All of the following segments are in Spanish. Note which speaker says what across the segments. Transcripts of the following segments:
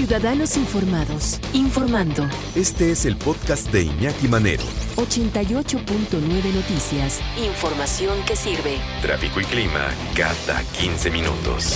Speaker 1: Ciudadanos Informados, informando.
Speaker 2: Este es el podcast de Iñaki Manero.
Speaker 1: 88.9 Noticias. Información que sirve.
Speaker 2: Tráfico y clima cada 15 minutos.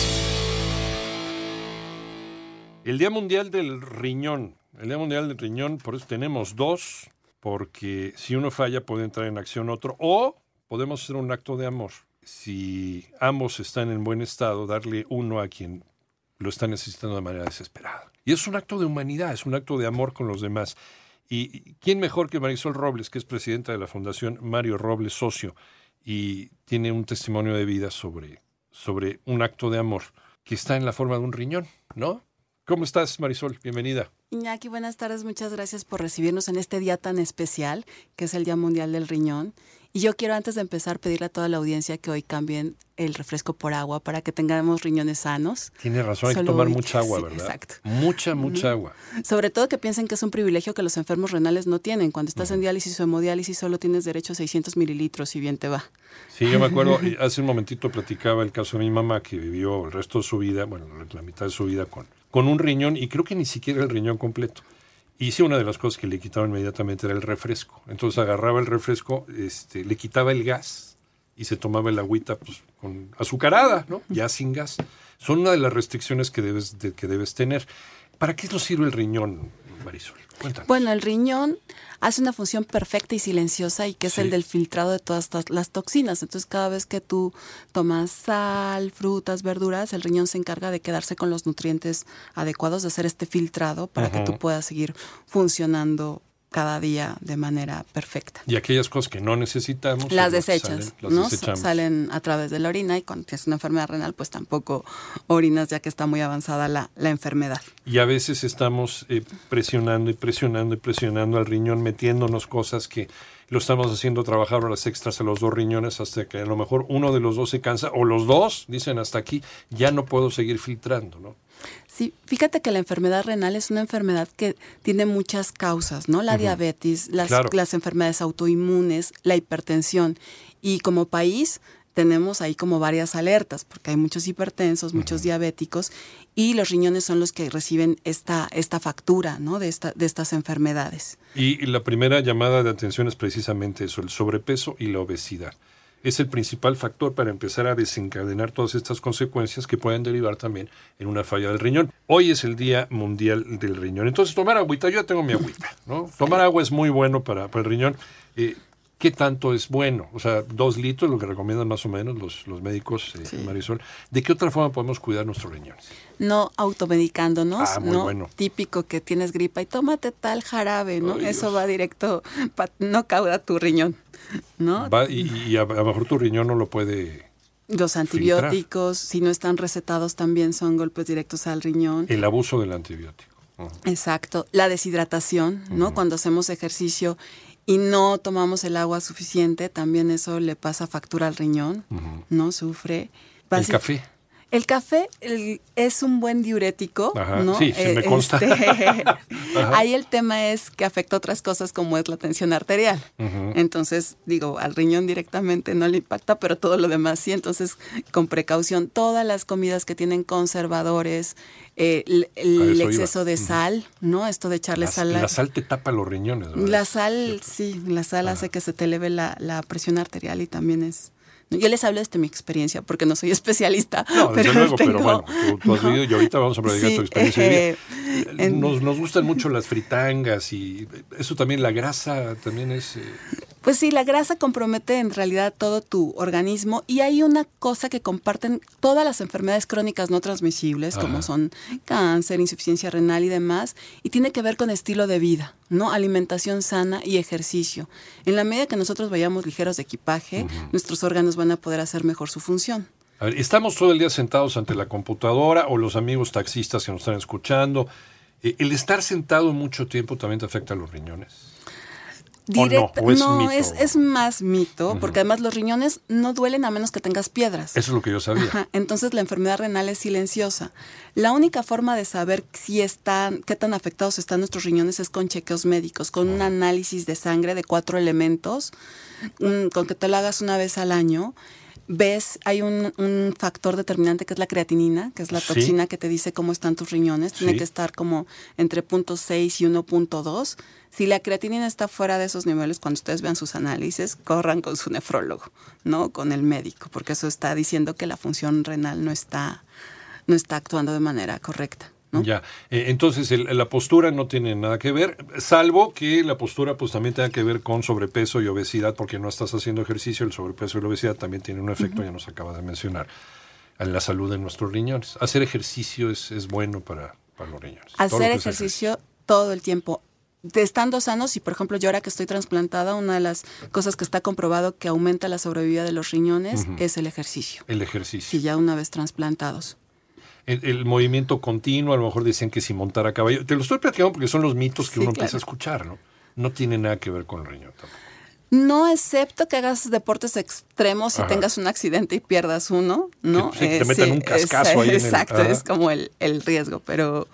Speaker 3: El Día Mundial del Riñón. El Día Mundial del Riñón, por eso tenemos dos, porque si uno falla puede entrar en acción otro, o podemos hacer un acto de amor. Si ambos están en buen estado, darle uno a quien lo está necesitando de manera desesperada. Y es un acto de humanidad, es un acto de amor con los demás. ¿Y quién mejor que Marisol Robles, que es presidenta de la Fundación Mario Robles Socio, y tiene un testimonio de vida sobre un acto de amor que está en la forma de un riñón, ¿no? ¿Cómo estás, Marisol? Bienvenida.
Speaker 4: Iñaki, buenas tardes. Muchas gracias por recibirnos en este día tan especial, que es el Día Mundial del Riñón. Y yo quiero, antes de empezar, pedirle a toda la audiencia que hoy cambien el refresco por agua para que tengamos riñones sanos.
Speaker 3: Tiene razón, hay que tomar mucha agua, ¿verdad?
Speaker 4: Exacto.
Speaker 3: Mucha agua.
Speaker 4: Sobre todo que piensen que es un privilegio que los enfermos renales no tienen. Cuando estás en diálisis o hemodiálisis solo tienes derecho a 600 mililitros y bien te va.
Speaker 3: Sí, yo me acuerdo, hace un momentito platicaba el caso de mi mamá que vivió el resto de su vida, bueno, la mitad de su vida con un riñón, y creo que ni siquiera el riñón completo. Y sí, una de las cosas que le quitaban inmediatamente era el refresco. Entonces agarraba el refresco, le quitaba el gas y se tomaba el agüita pues, con azucarada, ¿no? Ya sin gas. Son una de las restricciones que debes tener. ¿Para qué nos sirve el riñón, Marisol? Cuéntanos.
Speaker 4: Bueno, el riñón hace una función perfecta y silenciosa y que es el del filtrado de todas las toxinas. Entonces, cada vez que tú tomas sal, frutas, verduras, el riñón se encarga de quedarse con los nutrientes adecuados, de hacer este filtrado para que tú puedas seguir funcionando cada día de manera perfecta.
Speaker 3: Y aquellas cosas que no necesitamos
Speaker 4: las desechas, salen a través de la orina, y cuando tienes una enfermedad renal pues tampoco orinas, ya que está muy avanzada la enfermedad.
Speaker 3: Y a veces estamos presionando al riñón, metiéndonos cosas que lo estamos haciendo trabajar horas extras a los dos riñones hasta que a lo mejor uno de los dos se cansa, o los dos dicen hasta aquí, ya no puedo seguir filtrando, ¿no?
Speaker 4: Sí, fíjate que la enfermedad renal es una enfermedad que tiene muchas causas, ¿no? La diabetes, las enfermedades autoinmunes, la hipertensión. Y como país tenemos ahí como varias alertas, porque hay muchos hipertensos, muchos diabéticos, y los riñones son los que reciben esta factura, ¿no? de estas enfermedades.
Speaker 3: Y la primera llamada de atención es precisamente eso, el sobrepeso y la obesidad. Es el principal factor para empezar a desencadenar todas estas consecuencias que pueden derivar también en una falla del riñón. Hoy es el Día Mundial del Riñón. Entonces, tomar agüita, yo ya tengo mi agüita, ¿no? Tomar agua es muy bueno para el riñón. ¿Qué tanto es bueno? O sea, 2 litros, lo que recomiendan más o menos los médicos, Marisol. ¿De qué otra forma podemos cuidar nuestros riñones?
Speaker 4: No automedicándonos,
Speaker 3: muy
Speaker 4: ¿no?
Speaker 3: Bueno.
Speaker 4: Típico que tienes gripa y tómate tal jarabe, ¿no?
Speaker 3: Ay,
Speaker 4: eso
Speaker 3: Dios.
Speaker 4: va directo, no cauda tu riñón, ¿no?
Speaker 3: Y a lo mejor tu riñón no lo puede
Speaker 4: Los antibióticos, si no están recetados, también son golpes directos al riñón.
Speaker 3: El abuso del antibiótico.
Speaker 4: Exacto. La deshidratación, ¿no? Cuando hacemos ejercicio y no tomamos el agua suficiente, también eso le pasa factura al riñón, ¿no? Sufre.
Speaker 3: El café.
Speaker 4: El café es un buen diurético, ¿no?
Speaker 3: Sí, me consta.
Speaker 4: Ahí el tema es que afecta otras cosas como es la tensión arterial. Entonces, al riñón directamente no le impacta, pero todo lo demás sí. Entonces, con precaución, todas las comidas que tienen conservadores, el exceso de sal, ¿no? Esto de echarle sal.
Speaker 3: La sal te tapa los riñones, ¿verdad?
Speaker 4: La sal, sí, la sal hace que se te eleve la presión arterial y también es... Yo les hablo de mi experiencia porque no soy especialista.
Speaker 3: No, desde luego, pero bueno, tú has vivido y ahorita vamos a platicar tu experiencia de vida. Nos gustan mucho las fritangas y eso también, la grasa también es...
Speaker 4: Pues sí, la grasa compromete en realidad todo tu organismo, y hay una cosa que comparten todas las enfermedades crónicas no transmisibles, como son cáncer, insuficiencia renal y demás, y tiene que ver con estilo de vida, ¿no? Alimentación sana y ejercicio. En la medida que nosotros vayamos ligeros de equipaje, nuestros órganos van a poder hacer mejor su función.
Speaker 3: A ver, estamos todo el día sentados ante la computadora, o los amigos taxistas que nos están escuchando. ¿El estar sentado mucho tiempo también te afecta a los riñones?
Speaker 4: Es más mito, porque además los riñones no duelen a menos que tengas piedras.
Speaker 3: Eso es lo que yo sabía.
Speaker 4: Entonces la enfermedad renal es silenciosa. La única forma de saber qué tan afectados están nuestros riñones es con chequeos médicos, con un análisis de sangre de 4 elementos, con que te lo hagas una vez al año. hay un factor determinante que es la creatinina, que es la toxina que te dice cómo están tus riñones. Tiene que estar como entre 0.6 y 1.2. Si la creatinina está fuera de esos niveles, cuando ustedes vean sus análisis, corran con su nefrólogo, ¿no? Con el médico, porque eso está diciendo que la función renal no está actuando de manera correcta, ¿no?
Speaker 3: Ya, entonces la postura no tiene nada que ver, salvo que la postura pues también tenga que ver con sobrepeso y obesidad, porque no estás haciendo ejercicio. El sobrepeso y la obesidad también tienen un efecto, ya nos acabas de mencionar, en la salud de nuestros riñones. Hacer ejercicio es bueno para los riñones.
Speaker 4: Hacer ejercicio todo el tiempo. Estando sanos, y por ejemplo yo ahora que estoy trasplantada, una de las cosas que está comprobado que aumenta la sobrevida de los riñones es el ejercicio.
Speaker 3: El ejercicio.
Speaker 4: Si ya una vez trasplantados.
Speaker 3: El movimiento continuo, a lo mejor decían que si montar a caballo. Te lo estoy platicando porque son los mitos que uno empieza a escuchar, ¿no? No tiene nada que ver con el riñón tampoco.
Speaker 4: No, excepto que hagas deportes extremos y tengas un accidente y pierdas uno, ¿no?
Speaker 3: Que te metan un cascazo ahí.
Speaker 4: Exacto, es como el riesgo, pero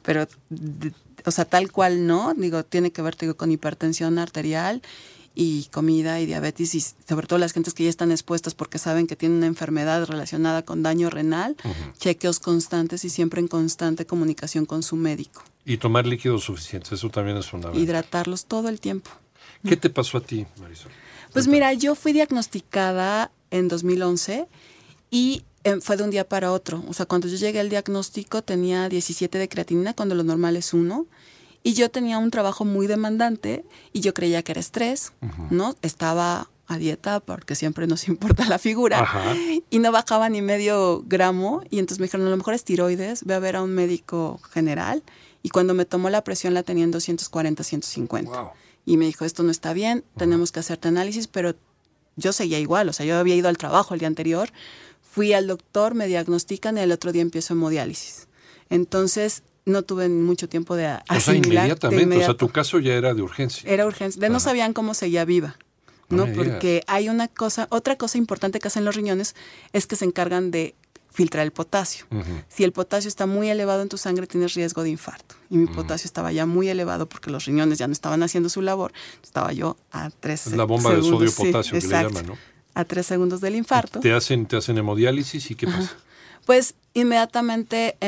Speaker 4: o sea, tal cual no. Digo, tiene que ver con hipertensión arterial y comida y diabetes, y sobre todo las gentes que ya están expuestas porque saben que tienen una enfermedad relacionada con daño renal, chequeos constantes y siempre en constante comunicación con su médico.
Speaker 3: Y tomar líquidos suficientes, eso también es fundamental.
Speaker 4: Hidratarlos todo el tiempo.
Speaker 3: ¿Qué te pasó a ti, Marisol?
Speaker 4: Pues mira, yo fui diagnosticada en 2011 y fue de un día para otro. O sea, cuando yo llegué al diagnóstico tenía 17 de creatinina, cuando lo normal es 1. Y yo tenía un trabajo muy demandante y yo creía que era estrés, ¿no? Estaba a dieta porque siempre nos importa la figura y no bajaba ni medio gramo. Y entonces me dijeron, a lo mejor es tiroides, ve a ver a un médico general. Y cuando me tomó la presión la tenía en 240, 150. Wow. Y me dijo, esto no está bien, tenemos que hacerte análisis, pero yo seguía igual. O sea, yo había ido al trabajo el día anterior, fui al doctor, me diagnostican y el otro día empiezo hemodiálisis. Entonces no tuve mucho tiempo de asimilar.
Speaker 3: O sea, inmediatamente. O sea, tu caso ya era de urgencia.
Speaker 4: Era urgencia. No sabían cómo seguía viva, ¿no? Porque hay otra cosa importante que hacen los riñones es que se encargan de filtrar el potasio. Si el potasio está muy elevado en tu sangre, tienes riesgo de infarto. Y mi potasio estaba ya muy elevado porque los riñones ya no estaban haciendo su labor. Estaba yo a 3 segundos.
Speaker 3: La bomba de sodio-potasio que le llaman, ¿no?
Speaker 4: A 3 segundos del infarto.
Speaker 3: Te hacen hemodiálisis y ¿qué pasa?
Speaker 4: Pues inmediatamente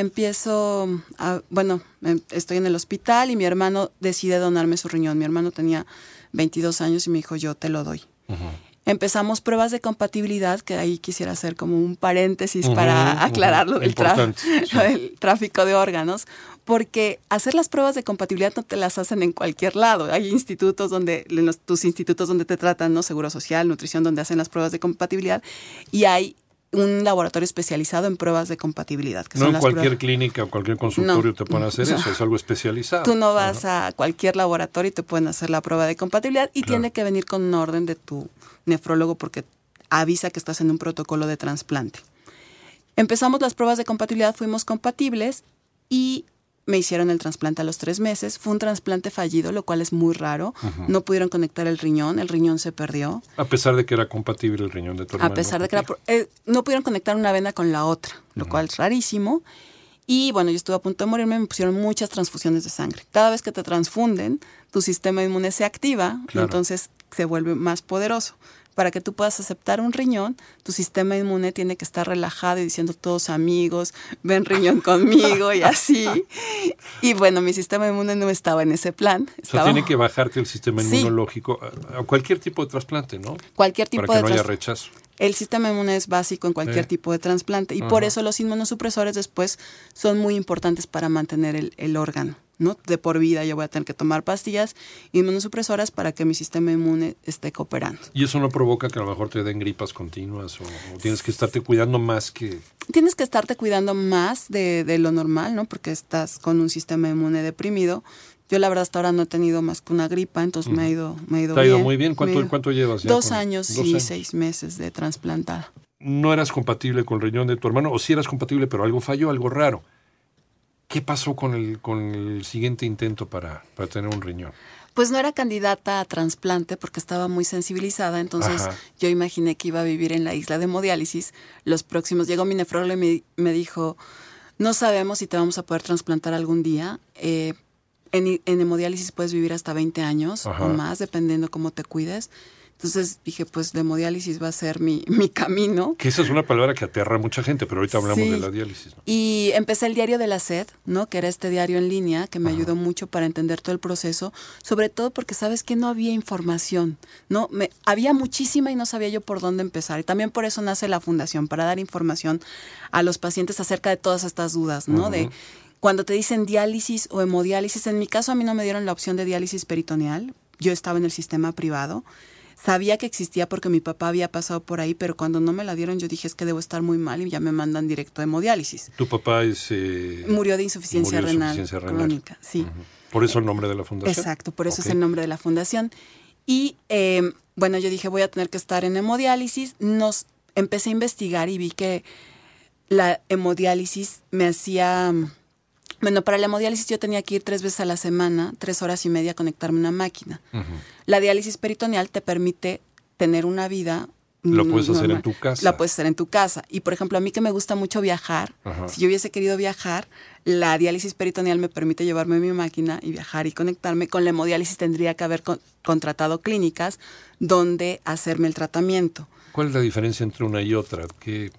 Speaker 4: estoy en el hospital y mi hermano decide donarme su riñón. Mi hermano tenía 22 años y me dijo, yo te lo doy. Empezamos pruebas de compatibilidad, que ahí quisiera hacer como un paréntesis para aclarar lo del tráfico de órganos, porque hacer las pruebas de compatibilidad no te las hacen en cualquier lado. Hay institutos tus institutos donde te tratan, ¿no? Seguro Social, Nutrición, donde hacen las pruebas de compatibilidad, y hay un laboratorio especializado en pruebas de compatibilidad. Que
Speaker 3: no
Speaker 4: son
Speaker 3: en cualquier clínica o cualquier consultorio te pueden hacer eso, es algo especializado.
Speaker 4: Tú no vas a cualquier laboratorio y te pueden hacer la prueba de compatibilidad y tiene que venir con una orden de tu nefrólogo porque avisa que estás en un protocolo de trasplante. Empezamos las pruebas de compatibilidad, fuimos compatibles y me hicieron el trasplante a los 3 meses. Fue un trasplante fallido, lo cual es muy raro. No pudieron conectar el riñón se perdió.
Speaker 3: A pesar de que era compatible el riñón de tu hermano.
Speaker 4: A pesar de que no pudieron conectar una vena con la otra, lo cual es rarísimo. Y bueno, yo estuve a punto de morirme, me pusieron muchas transfusiones de sangre. Cada vez que te transfunden, tu sistema inmune se activa, y entonces se vuelve más poderoso. Para que tú puedas aceptar un riñón, tu sistema inmune tiene que estar relajado y diciendo todos amigos, ven riñón conmigo y así. Y bueno, mi sistema inmune no estaba en ese plan.
Speaker 3: O sea, tiene que bajarte el sistema inmunológico a cualquier tipo de trasplante, ¿no?
Speaker 4: Cualquier tipo de
Speaker 3: trasplante. Para que no haya rechazo.
Speaker 4: El sistema inmune es básico en cualquier tipo de trasplante y por eso los inmunosupresores después son muy importantes para mantener el órgano, ¿no? De por vida yo voy a tener que tomar pastillas inmunosupresoras para que mi sistema inmune esté cooperando.
Speaker 3: ¿Y eso no provoca que a lo mejor te den gripas continuas o tienes que estarte cuidando más que...?
Speaker 4: Tienes que estarte cuidando más de lo normal, ¿no? Porque estás con un sistema inmune deprimido. Yo la verdad hasta ahora no he tenido más que una gripa, entonces me ha ido bien.
Speaker 3: ¿Te ha ido muy bien? ¿Cuánto llevas ya?
Speaker 4: 2 años y 6 meses de trasplantada.
Speaker 3: ¿No eras compatible con el riñón de tu hermano? O sí eras compatible, pero algo falló, algo raro. ¿Qué pasó con el siguiente intento para tener un riñón?
Speaker 4: Pues no era candidata a trasplante porque estaba muy sensibilizada, entonces yo imaginé que iba a vivir en la isla de hemodiálisis. Llegó mi nefrólogo y me dijo, no sabemos si te vamos a poder trasplantar algún día. En hemodiálisis puedes vivir hasta 20 años o más, dependiendo cómo te cuides. Entonces dije, pues la hemodiálisis va a ser mi camino.
Speaker 3: Que esa es una palabra que aterra a mucha gente, pero ahorita hablamos de la diálisis, ¿no?
Speaker 4: Y empecé el Diario de la Sed, ¿no? Que era este diario en línea que me ayudó mucho para entender todo el proceso, sobre todo porque sabes que no había información, ¿no? Había muchísima y no sabía yo por dónde empezar. Y también por eso nace la fundación, para dar información a los pacientes acerca de todas estas dudas, ¿no? De cuando te dicen diálisis o hemodiálisis. En mi caso a mí no me dieron la opción de diálisis peritoneal. Yo estaba en el sistema privado. Sabía que existía porque mi papá había pasado por ahí, pero cuando no me la dieron yo dije, es que debo estar muy mal y ya me mandan directo a hemodiálisis.
Speaker 3: ¿Tu papá
Speaker 4: murió de insuficiencia renal crónica? Sí.
Speaker 3: ¿Por eso el nombre de la fundación?
Speaker 4: Exacto, por eso es el nombre de la fundación. Y bueno, yo dije, voy a tener que estar en hemodiálisis. Empecé a investigar y vi que la hemodiálisis me hacía... Bueno, para la hemodiálisis yo tenía que ir 3 veces a la semana, 3 horas y media a conectarme a una máquina. La diálisis peritoneal te permite tener una vida
Speaker 3: Lo puedes
Speaker 4: normal.
Speaker 3: hacer en tu casa.
Speaker 4: La puedes hacer en tu casa. Y, por ejemplo, a mí que me gusta mucho viajar, si yo hubiese querido viajar, la diálisis peritoneal me permite llevarme mi máquina y viajar y conectarme. Con la hemodiálisis tendría que haber contratado clínicas donde hacerme el tratamiento.
Speaker 3: ¿Cuál es la diferencia entre una y otra?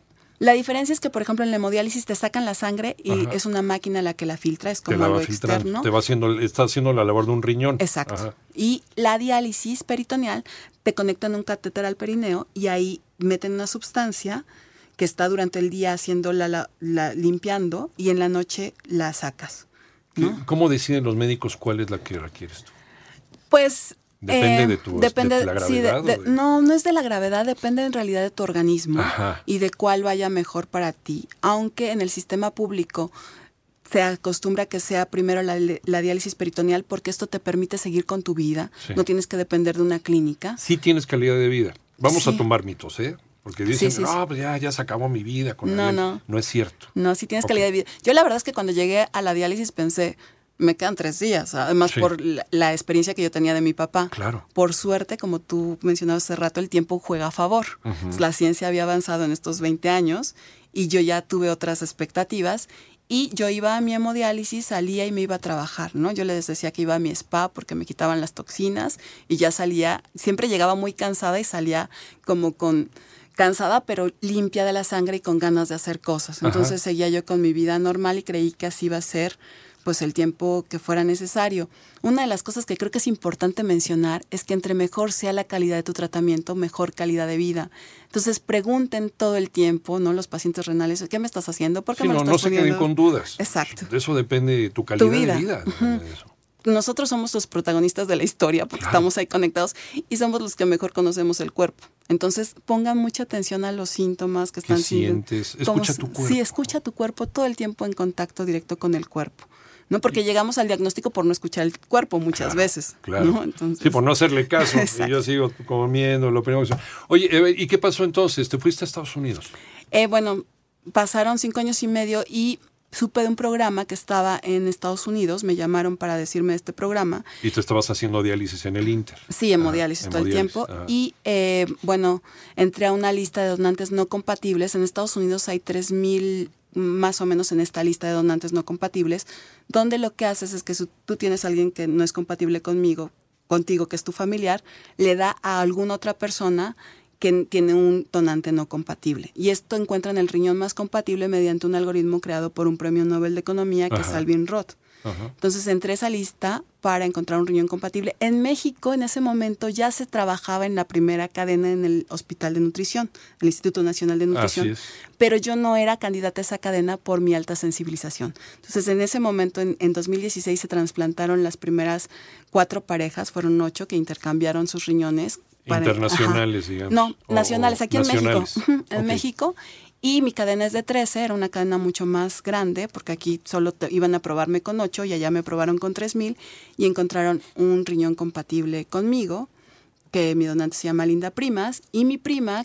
Speaker 4: La diferencia es que, por ejemplo, en la hemodiálisis te sacan la sangre y es una máquina la que la filtra, es como algo externo.
Speaker 3: Está haciendo la labor de un riñón.
Speaker 4: Exacto. Y la diálisis peritoneal te conectan un catéter al perineo y ahí meten una sustancia que está durante el día haciéndola limpiando y en la noche la sacas, ¿no?
Speaker 3: ¿Cómo deciden los médicos cuál es la que requieres tú?
Speaker 4: Pues...
Speaker 3: ¿Depende de la gravedad?
Speaker 4: Sí, no es de la gravedad, depende en realidad de tu organismo y de cuál vaya mejor para ti. Aunque en el sistema público se acostumbra que sea primero la diálisis peritoneal porque esto te permite seguir con tu vida, no tienes que depender de una clínica.
Speaker 3: Sí tienes calidad de vida. Vamos a tomar mitos, ¿eh? Porque dicen, pues ya se acabó mi vida con No es cierto.
Speaker 4: No, sí tienes calidad de vida. Yo la verdad es que cuando llegué a la diálisis pensé... Me quedan 3 días, además por la experiencia que yo tenía de mi papá.
Speaker 3: Claro.
Speaker 4: Por suerte, como tú mencionabas hace rato, el tiempo juega a favor. La ciencia había avanzado en estos 20 años y yo ya tuve otras expectativas y yo iba a mi hemodiálisis, salía y me iba a trabajar, ¿no? Yo les decía que iba a mi spa porque me quitaban las toxinas y ya salía, siempre llegaba muy cansada y salía como cansada pero limpia de la sangre y con ganas de hacer cosas. Entonces seguía yo con mi vida normal y creí que así iba a ser pues el tiempo que fuera necesario. Una de las cosas que creo que es importante mencionar es que entre mejor sea la calidad de tu tratamiento, mejor calidad de vida. Entonces pregunten todo el tiempo, ¿no? Los pacientes renales, ¿qué me estás haciendo? ¿Por qué me lo estás poniendo?
Speaker 3: No se queden con dudas.
Speaker 4: Exacto.
Speaker 3: De eso depende de tu calidad de vida.
Speaker 4: Nosotros somos los protagonistas de la historia porque estamos ahí conectados y somos los que mejor conocemos el cuerpo. Entonces pongan mucha atención a los síntomas que están
Speaker 3: sientes. Escucha tu cuerpo.
Speaker 4: Sí, escucha tu cuerpo todo el tiempo en contacto directo con el cuerpo. ¿No? Porque llegamos al diagnóstico por no escuchar el cuerpo muchas veces.
Speaker 3: Claro.
Speaker 4: ¿No? Entonces,
Speaker 3: sí, por no hacerle caso. Y yo sigo comiendo, lo primero que... Oye, ¿y qué pasó entonces? ¿Te fuiste a Estados Unidos?
Speaker 4: Bueno, pasaron 5 años y medio y supe de un programa que estaba en Estados Unidos. Me llamaron para decirme de este programa.
Speaker 3: ¿Y tú estabas haciendo diálisis en el Inter?
Speaker 4: Sí, hemodiálisis todo el tiempo. Y, bueno, entré a una lista de donantes no compatibles. En Estados Unidos hay 3,000... más o menos en esta lista de donantes no compatibles, donde lo que haces es que si tú tienes a alguien que no es compatible contigo, que es tu familiar, le da a alguna otra persona que tiene un donante no compatible. Y esto encuentran el riñón más compatible mediante un algoritmo creado por un premio Nobel de Economía, que es Alvin Roth. Entonces entré a esa lista para encontrar un riñón compatible. En México, en ese momento, ya se trabajaba en la primera cadena en el Hospital de Nutrición, el Instituto Nacional de Nutrición. Pero yo no era candidata a esa cadena por mi alta sensibilización. Entonces, en ese momento, en 2016, se trasplantaron las primeras 4 parejas, fueron 8 que intercambiaron sus riñones.
Speaker 3: Internacionales, digamos.
Speaker 4: No, nacionales, aquí
Speaker 3: nacionales.
Speaker 4: en México. En México. Y mi cadena es de 13, era una cadena mucho más grande, porque aquí solo iban a probarme con 8 y allá me probaron con 3,000 y encontraron un riñón compatible conmigo, que mi donante se llama Linda Primas, y mi prima,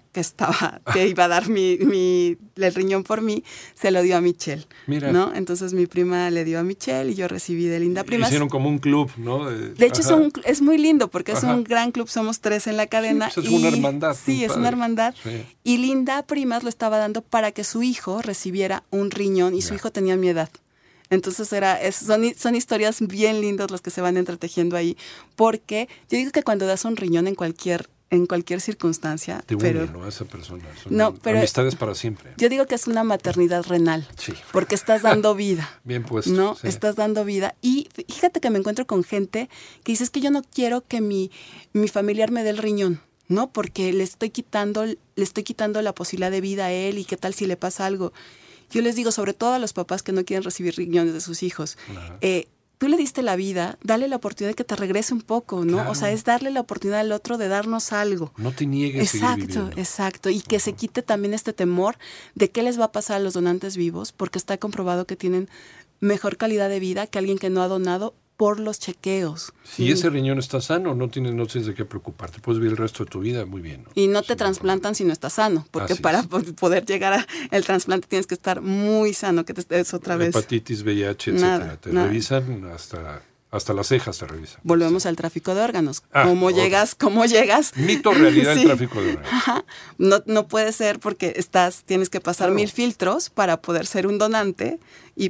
Speaker 4: que iba a dar el riñón por mí, se lo dio a Michelle. Mira. ¿No? Entonces mi prima le dio a Michelle y yo recibí de Linda Primas.
Speaker 3: Hicieron como un club, ¿no?
Speaker 4: De hecho es muy lindo porque es un gran club, somos 3 en la cadena.
Speaker 3: Sí, pues es una hermandad.
Speaker 4: Sí, es una hermandad. Sí. Y Linda Primas lo estaba dando para que su hijo recibiera un riñón y su hijo tenía mi edad. Entonces son historias bien lindas las que se van entretejiendo ahí, porque yo digo que cuando das un riñón en cualquier en cualquier circunstancia.
Speaker 3: Te
Speaker 4: pero
Speaker 3: une, ¿no? A esa persona. Son
Speaker 4: No, pero-
Speaker 3: amistades para siempre.
Speaker 4: yo digo que es una maternidad renal,
Speaker 3: Sí.
Speaker 4: porque estás dando vida.
Speaker 3: Bien puesto.
Speaker 4: ¿No?
Speaker 3: sí.
Speaker 4: Estás dando vida. Y fíjate que me encuentro con gente que dice, es que yo no quiero que mi familiar me dé el riñón, ¿no? Porque le estoy quitando la posibilidad de vida a él y qué tal si le pasa algo. Yo les digo, sobre todo a los papás que no quieren recibir riñones de sus hijos,
Speaker 3: Ajá.
Speaker 4: tú le diste la vida, dale la oportunidad de que te regrese un poco, ¿no?
Speaker 3: Claro.
Speaker 4: O sea, es darle la oportunidad al otro de darnos algo.
Speaker 3: No te niegues a seguir
Speaker 4: Exacto,
Speaker 3: viviendo.
Speaker 4: exacto. Y que se quite también este temor de qué les va a pasar a los donantes vivos, porque está comprobado que tienen mejor calidad de vida que alguien que no ha donado por los chequeos.
Speaker 3: Si ese riñón está sano, no tienes de qué preocuparte. Puedes vivir el resto de tu vida muy bien, ¿no?
Speaker 4: Y no te
Speaker 3: Sin
Speaker 4: trasplantan si no estás sano, porque
Speaker 3: Así
Speaker 4: para
Speaker 3: es.
Speaker 4: poder llegar al trasplante tienes que estar muy sano, que te estés otra vez.
Speaker 3: Hepatitis, VIH,
Speaker 4: Nada,
Speaker 3: etcétera. Te
Speaker 4: nada.
Speaker 3: revisan hasta las cejas te revisan.
Speaker 4: Volvemos al tráfico de órganos.
Speaker 3: Ah,
Speaker 4: ¿Cómo
Speaker 3: otra.
Speaker 4: llegas? ¿Cómo llegas?
Speaker 3: Mito, realidad,
Speaker 4: Sí.
Speaker 3: el tráfico de órganos.
Speaker 4: Ajá. No puede ser porque tienes que pasar
Speaker 3: Claro.
Speaker 4: 1000 filtros para poder ser un donante y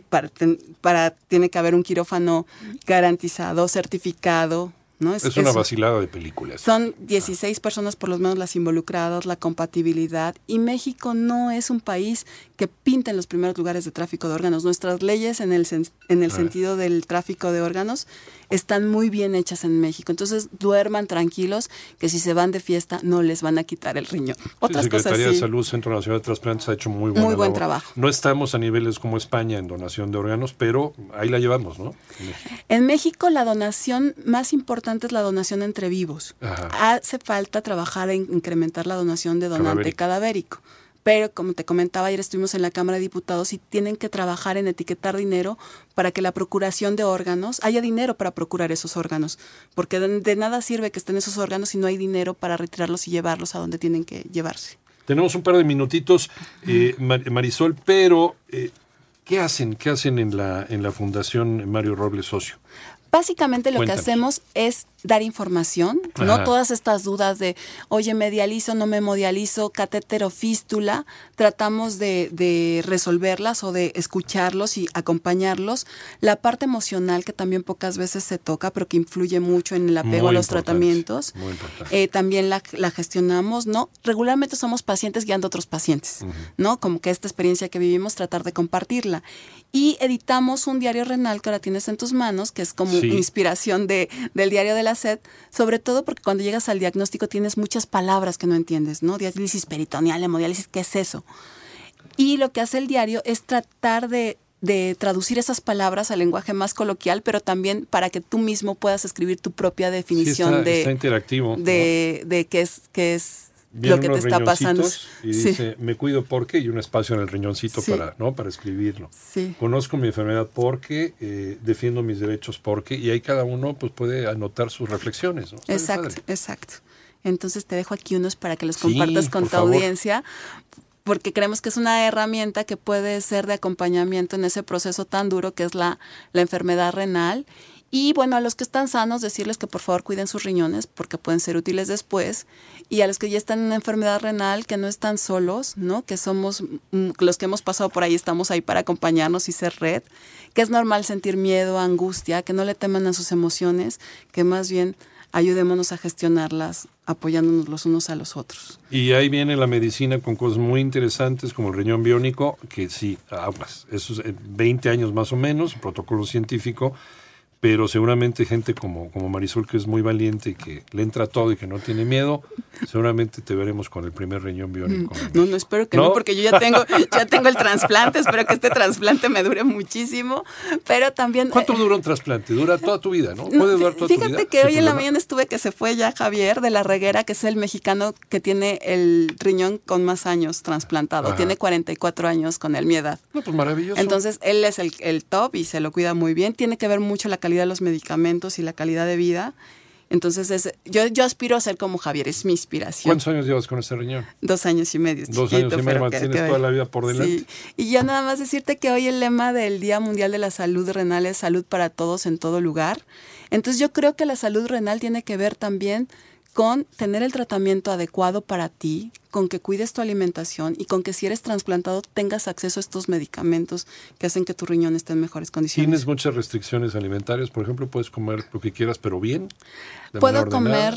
Speaker 4: tiene que haber un quirófano garantizado, certificado, ¿no?
Speaker 3: Es una vacilada de películas.
Speaker 4: Son 16 personas por lo menos las involucradas, la compatibilidad. Y México no es un país que pinta en los primeros lugares de tráfico de órganos. Nuestras leyes en el sentido del tráfico de órganos están muy bien hechas en México. Entonces duerman tranquilos que si se van de fiesta no les van a quitar el riñón. Otras
Speaker 3: La
Speaker 4: cosas
Speaker 3: Secretaría de
Speaker 4: sí.
Speaker 3: Salud, Centro Nacional de Trasplantes ha hecho muy buen
Speaker 4: Muy buen trabajo.
Speaker 3: No estamos a niveles como España en donación de órganos, pero ahí la llevamos, ¿no? En México.
Speaker 4: En México la donación más importante es la donación entre vivos.
Speaker 3: Ajá.
Speaker 4: Hace falta trabajar en incrementar la donación de donante
Speaker 3: Cadavérico.
Speaker 4: cadavérico. Pero como te comentaba, ayer estuvimos en la Cámara de Diputados y tienen que trabajar en etiquetar dinero para que la procuración de órganos, haya dinero para procurar esos órganos. Porque de nada sirve que estén esos órganos si no hay dinero para retirarlos y llevarlos a donde tienen que llevarse.
Speaker 3: Tenemos un par de minutitos, Marisol, pero ¿qué hacen? ¿Qué hacen en la Fundación Mario Robles Socio?
Speaker 4: Básicamente lo
Speaker 3: Cuéntanos.
Speaker 4: que hacemos es dar información,
Speaker 3: Ajá.
Speaker 4: no todas estas dudas de, oye, me dializo, no me hemodializo, catéter o fístula, tratamos de resolverlas o de escucharlos y acompañarlos. La parte emocional que también pocas veces se toca, pero que influye mucho en el apego
Speaker 3: Muy
Speaker 4: a los
Speaker 3: importante,
Speaker 4: tratamientos,
Speaker 3: muy importante.
Speaker 4: también la gestionamos, ¿no? Regularmente somos pacientes guiando a otros pacientes,
Speaker 3: Ujú.
Speaker 4: ¿no? Como que esta experiencia que vivimos, tratar de compartirla. Y editamos un diario renal que ahora tienes en tus manos, que es como
Speaker 3: Sí.
Speaker 4: inspiración del diario de la SED, sobre todo porque cuando llegas al diagnóstico tienes muchas palabras que no entiendes, ¿no? Diálisis peritoneal, hemodiálisis, ¿qué es eso? Y lo que hace el diario es tratar de traducir esas palabras al lenguaje más coloquial, pero también para que tú mismo puedas escribir tu propia
Speaker 3: Sí,
Speaker 4: definición
Speaker 3: está interactivo. ¿no?
Speaker 4: de qué es
Speaker 3: Vienen
Speaker 4: lo que te
Speaker 3: unos
Speaker 4: está pasando.
Speaker 3: riñoncitos Y
Speaker 4: Sí.
Speaker 3: dice, me cuido porque, y un espacio en el riñoncito
Speaker 4: Sí.
Speaker 3: para escribirlo.
Speaker 4: Sí.
Speaker 3: Conozco mi enfermedad porque, defiendo mis derechos porque, y ahí cada uno pues puede anotar sus reflexiones. ¿no? Está bien
Speaker 4: Exacto,
Speaker 3: padre.
Speaker 4: exacto. Entonces te dejo aquí unos para que los
Speaker 3: Sí,
Speaker 4: compartas con
Speaker 3: por
Speaker 4: tu
Speaker 3: favor.
Speaker 4: audiencia, porque creemos que es una herramienta que puede ser de acompañamiento en ese proceso tan duro que es la enfermedad renal. Y bueno, a los que están sanos, decirles que por favor cuiden sus riñones porque pueden ser útiles después. Y a los que ya están en una enfermedad renal, que no están solos, ¿no? Que somos los que hemos pasado por ahí, estamos ahí para acompañarnos y ser red. Que es normal sentir miedo, angustia, que no le teman a sus emociones, que más bien ayudémonos a gestionarlas apoyándonos los unos a los otros.
Speaker 3: Y ahí viene la medicina con cosas muy interesantes como el riñón biónico, que sí, aguas, eso es 20 años más o menos, protocolo científico, pero seguramente gente como Marisol, que es muy valiente y que le entra todo y que no tiene miedo, seguramente te veremos con el primer riñón biónico.
Speaker 4: No, espero que
Speaker 3: ¿No?
Speaker 4: no, porque yo ya tengo el trasplante, espero que este trasplante me dure muchísimo, pero también...
Speaker 3: ¿Cuánto dura un trasplante? Dura toda tu vida, ¿no? ¿Puede durar toda tu vida?
Speaker 4: Fíjate que
Speaker 3: sin
Speaker 4: hoy en la
Speaker 3: problema?
Speaker 4: mañana estuve que se fue ya Javier de la Reguera, que es el mexicano que tiene el riñón con más años trasplantado.
Speaker 3: Ajá.
Speaker 4: Tiene 44 años con mi edad.
Speaker 3: No, pues maravilloso.
Speaker 4: Entonces, él es el top y se lo cuida muy bien. Tiene que ver mucho la calidad de los medicamentos y la calidad de vida. Entonces, yo aspiro a ser como Javier, es mi inspiración.
Speaker 3: ¿Cuántos años llevas con este riñón?
Speaker 4: 2 años y medio.
Speaker 3: 2
Speaker 4: chiquito,
Speaker 3: años y medio,
Speaker 4: pero que
Speaker 3: tienes toda la vida por delante.
Speaker 4: Sí. Y ya nada más decirte que hoy el lema del Día Mundial de la Salud Renal es salud para todos en todo lugar. Entonces yo creo que la salud renal tiene que ver también con tener el tratamiento adecuado para ti, con que cuides tu alimentación y con que si eres trasplantado tengas acceso a estos medicamentos que hacen que tu riñón esté en mejores condiciones.
Speaker 3: ¿Tienes muchas restricciones alimentarias? Por ejemplo, ¿puedes comer lo que quieras, pero bien? ¿De
Speaker 4: Puedo
Speaker 3: manera ordenada?
Speaker 4: comer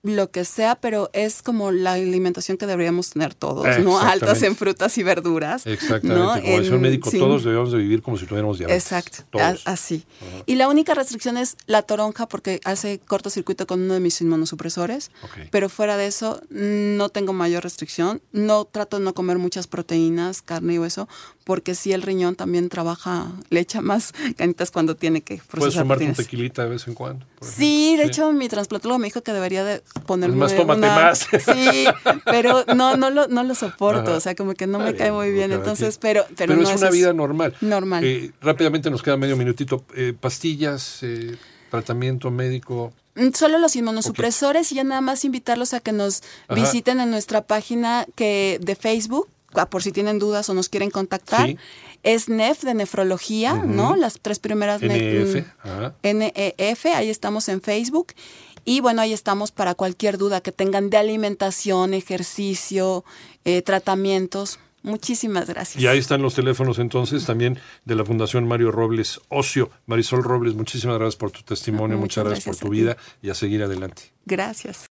Speaker 4: lo que sea, pero es como la alimentación que deberíamos tener todos, ¿no?
Speaker 3: Exactamente.
Speaker 4: Altas en frutas y verduras.
Speaker 3: Exactamente,
Speaker 4: ¿no?
Speaker 3: como decía un médico,
Speaker 4: sí.
Speaker 3: todos debemos de vivir como si tuviéramos diabetes.
Speaker 4: Exacto,
Speaker 3: Todos.
Speaker 4: así. Y la única restricción es la toronja porque hace cortocircuito con uno de mis inmunosupresores,
Speaker 3: Ok.
Speaker 4: pero fuera de eso no tengo mayor restricción. No trato de no comer muchas proteínas, carne y hueso, porque sí el riñón también trabaja, le echa más ganitas cuando tiene que procesar
Speaker 3: ¿Puedes tomarte un
Speaker 4: proteínas.
Speaker 3: tequilita de vez en cuando? por
Speaker 4: Sí,
Speaker 3: ejemplo?
Speaker 4: de hecho mi trasplantólogo me dijo que debería de ponerme
Speaker 3: Más tómate más.
Speaker 4: Sí, pero no lo soporto,
Speaker 3: Ajá.
Speaker 4: o sea, como que no me
Speaker 3: Está
Speaker 4: cae
Speaker 3: bien,
Speaker 4: muy bien,
Speaker 3: cada
Speaker 4: entonces,
Speaker 3: quien. Pero
Speaker 4: no
Speaker 3: es una vida normal.
Speaker 4: normal.
Speaker 3: Rápidamente nos queda medio minutito. Pastillas, tratamiento médico.
Speaker 4: Solo los inmunosupresores y ya nada más invitarlos a que nos
Speaker 3: Ajá.
Speaker 4: visiten en nuestra página de Facebook, por si tienen dudas o nos quieren contactar.
Speaker 3: Sí.
Speaker 4: Es NEF de nefrología, ¿no? Las 3 primeras
Speaker 3: NEF. Ajá.
Speaker 4: NEF, ahí estamos en Facebook. Y bueno, ahí estamos para cualquier duda que tengan de alimentación, ejercicio, tratamientos. Muchísimas gracias.
Speaker 3: Y ahí están los teléfonos entonces también de la Fundación Mario Robles Ocio. Marisol Robles, muchísimas gracias por tu testimonio, muchas gracias por tu
Speaker 4: a ti.
Speaker 3: vida y a seguir adelante.
Speaker 4: Gracias.